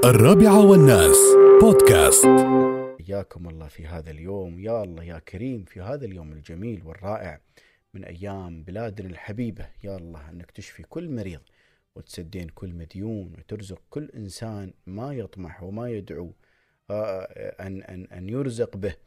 والناس بودكاست. حياكم الله في هذا اليوم، يا الله يا كريم، في هذا اليوم الجميل والرائع من أيام بلادنا الحبيبة. يا الله أنك تشفي كل مريض وتسدين كل مديون وترزق كل إنسان ما يطمح وما يدعو أن يرزق به،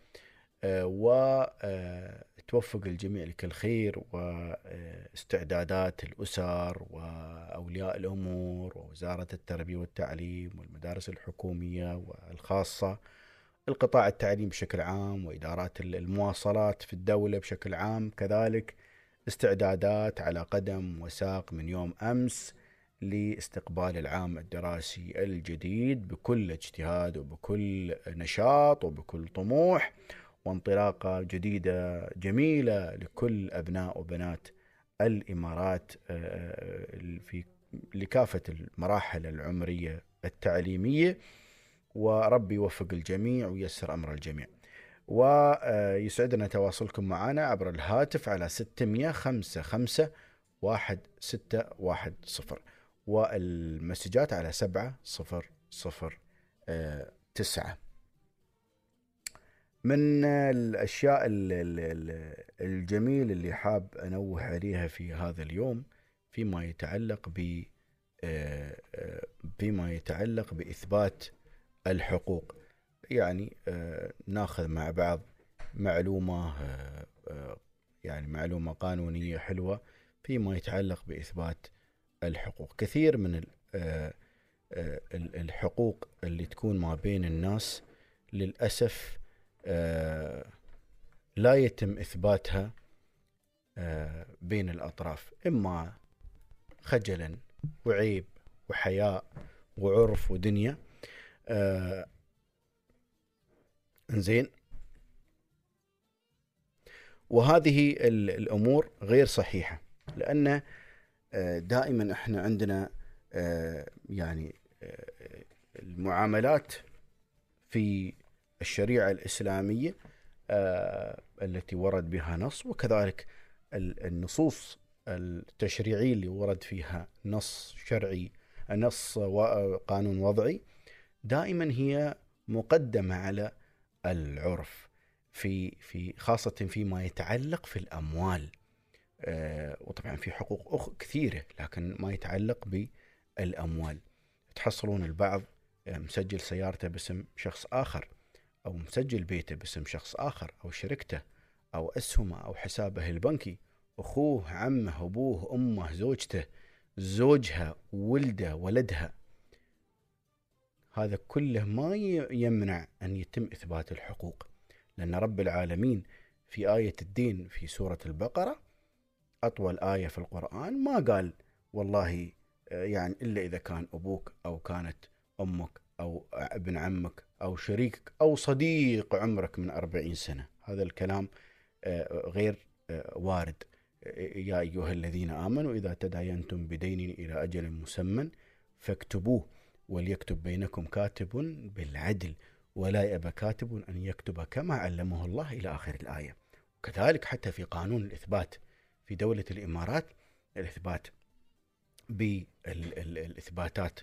وتوفق الجميع لكل خير، واستعدادات الأسر وأولياء الأمور ووزارة التربية والتعليم والمدارس الحكومية والخاصة، القطاع التعليم بشكل عام، وإدارات المواصلات في الدولة بشكل عام كذلك، استعدادات على قدم وساق من يوم أمس لاستقبال العام الدراسي الجديد بكل اجتهاد وبكل نشاط وبكل طموح، وانطلاقة جديدة جميلة لكل أبناء وبنات الإمارات في لكافة المراحل العمرية التعليمية، وربي يوفق الجميع ويسر أمر الجميع. ويسعدنا تواصلكم معنا عبر الهاتف على 655-1610 والمسجات على 7009. من الأشياء الجميل اللي حاب أنوه عليها في هذا اليوم فيما يتعلق بإثبات الحقوق، يعني ناخذ مع بعض معلومة معلومة قانونية حلوة فيما يتعلق بإثبات الحقوق. كثير من الحقوق اللي تكون ما بين الناس للأسف لا يتم إثباتها بين الأطراف، إما خجلا وعيب وحياء وعرف ودنيا. إنزين، وهذه الأمور غير صحيحة، لأن دائما إحنا عندنا المعاملات في الشريعة الإسلامية التي ورد بها نص، وكذلك النصوص التشريعية اللي ورد فيها نص شرعي، نص قانون وضعي، دائما هي مقدمة على العرف في خاصة فيما يتعلق في الأموال. وطبعا في حقوق كثيرة، لكن ما يتعلق بالأموال تحصلون البعض مسجل سيارته باسم شخص آخر، أو مسجل بيته باسم شخص آخر، أو شركته أو أسهمه أو حسابه البنكي، أخوه، عمه، أبوه، أمه، زوجته، زوجها، ولده، ولدها. هذا كله ما يمنع أن يتم إثبات الحقوق، لأن رب العالمين في آية الدين في سورة البقرة، أطول آية في القرآن، ما قال والله إلا إذا كان أبوك أو كانت أمك أو ابن عمك أو شريكك أو صديق عمرك من 40 سنة. هذا الكلام غير وارد. يا أيها الذين آمنوا إذا تداينتم بدين إلى أجل مسمى فاكتبوه وليكتب بينكم كاتب بالعدل ولا يأبى كاتب أن يكتب كما علمه الله، إلى آخر الآية. وكذلك حتى في قانون الإثبات في دولة الإمارات، الإثبات بالإثباتات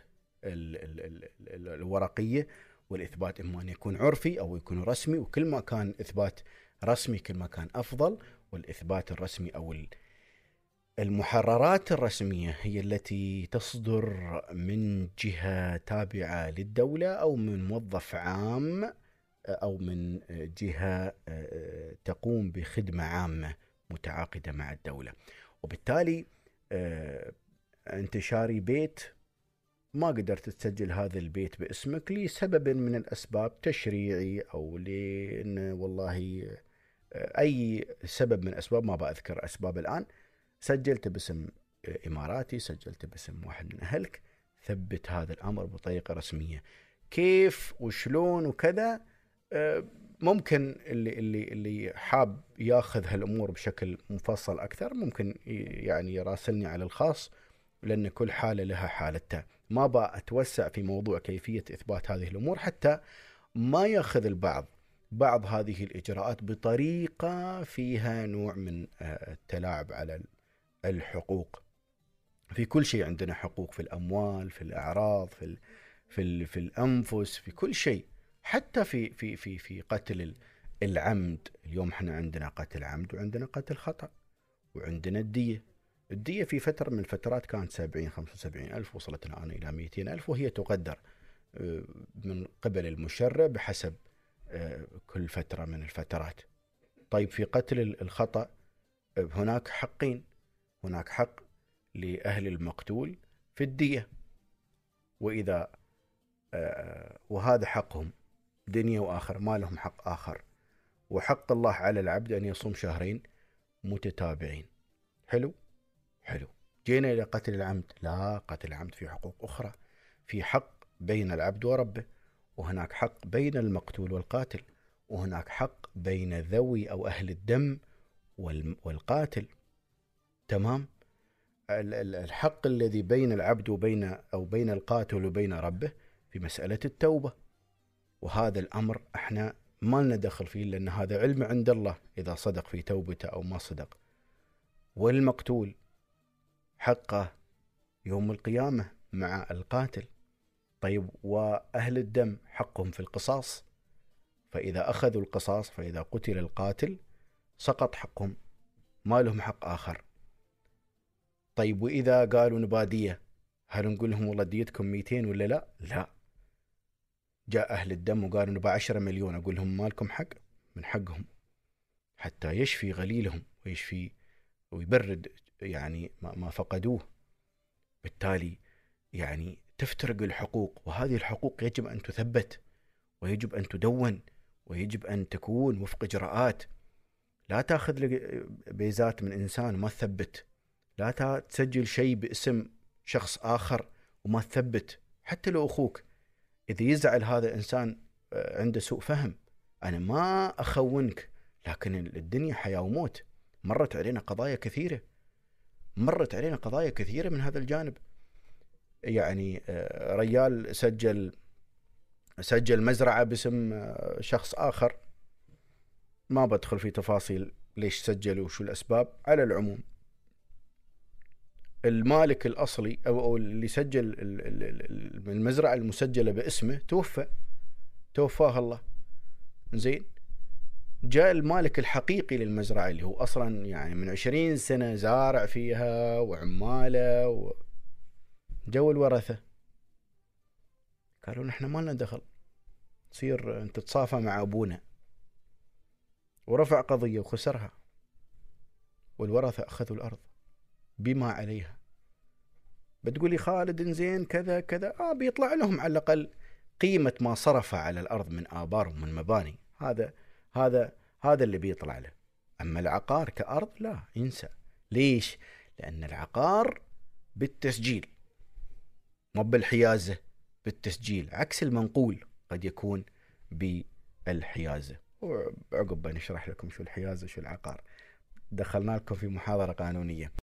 الورقية، والإثبات إما أن يكون عرفي أو يكون رسمي، وكل ما كان إثبات رسمي كل ما كان أفضل. والإثبات الرسمي أو المحررات الرسمية هي التي تصدر من جهة تابعة للدولة أو من موظف عام أو من جهة تقوم بخدمة عامة متعاقدة مع الدولة. وبالتالي أنت شاري بيت، ما قدرت تسجل هذا البيت باسمك لسبب من الأسباب، تشريعي أو لأن والله أي سبب من أسباب، ما بأذكر أسباب الآن، سجلت باسم إماراتي، سجلت باسم واحد من أهلك، ثبت هذا الأمر بطريقة رسمية. كيف وشلون وكذا، ممكن اللي حاب ياخذ هالأمور بشكل مفصل أكثر ممكن يراسلني على الخاص، لأن كل حالة لها حالتها. ما بأتوسع في موضوع كيفية إثبات هذه الأمور حتى ما يأخذ بعض هذه الإجراءات بطريقة فيها نوع من التلاعب على الحقوق. في كل شيء عندنا حقوق، في الأموال، في الأعراض، في الأنفس، في كل شيء، حتى في قتل العمد. اليوم احنا عندنا قتل عمد وعندنا قتل خطأ وعندنا الدية. الدية في فترة من الفترات كانت 70-75 ألف، وصلت الآن إلى 200 ألف، وهي تقدر من قبل المشرع بحسب كل فترة من الفترات. طيب في قتل الخطأ هناك حقين، هناك حق لأهل المقتول في الدية، وإذا وهذا حقهم دنيا وآخر، ما لهم حق آخر. وحق الله على العبد أن يصوم شهرين متتابعين. حلو. جينا إلى قتل العمد، لا، قتل العمد في حقوق أخرى، في حق بين العبد وربه، وهناك حق بين المقتول والقاتل، وهناك حق بين ذوي أو أهل الدم والقاتل. تمام. الحق الذي بين العبد بين القاتل وبين ربه في مسألة التوبة، وهذا الأمر احنا ما لنا دخل فيه، لأن هذا علم عند الله إذا صدق في توبته أو ما صدق. والمقتول حقه يوم القيامة مع القاتل. طيب وأهل الدم حقهم في القصاص، فإذا أخذوا القصاص، فإذا قتل القاتل سقط حقهم، ما لهم حق آخر. طيب وإذا قالوا نبادية، هل نقول لهم والله ديتكم 200 ولا لا؟ لا. جاء أهل الدم وقالوا نبا 10 مليون، أقول لهم ما لكم حق، من حقهم حتى يشفي غليلهم ويشفي ويبرد يعني ما فقدوه. بالتالي يعني تفترق الحقوق، وهذه الحقوق يجب أن تثبت، ويجب أن تدون، ويجب أن تكون وفق إجراءات. لا تأخذ بيزات من إنسان وما تثبت، لا تسجل شيء باسم شخص آخر وما تثبت، حتى لو أخوك. إذا يزعل هذا الإنسان عنده سوء فهم، أنا ما أخونك، لكن الدنيا حياة وموت. مرت علينا قضايا كثيرة من هذا الجانب. يعني رجال سجل مزرعة باسم شخص آخر، ما بدخل في تفاصيل ليش سجلوا وشو الأسباب. على العموم المالك الأصلي أو اللي سجل المزرعة المسجلة باسمه توفاه الله. زين، جاء المالك الحقيقي للمزرعة اللي هو أصلا يعني من 20 سنة زارع فيها وعماله جو الورثة، قالوا نحن ما لنا دخل، تصير أنت تتصافى مع أبونا، ورفع قضية وخسرها، والورثة أخذوا الأرض بما عليها. بتقولي خالد زين كذا كذا، بيطلع لهم على الأقل قيمة ما صرف على الأرض من آبار ومن مباني. هذا اللي بيطلع له. أما العقار كأرض لا، ينسى. ليش؟ لأن العقار بالتسجيل، ما بالحيازة، بالتسجيل، عكس المنقول قد يكون بالحيازة. وعقب بنشرح لكم شو الحيازة شو العقار. دخلنا لكم في محاضرة قانونية.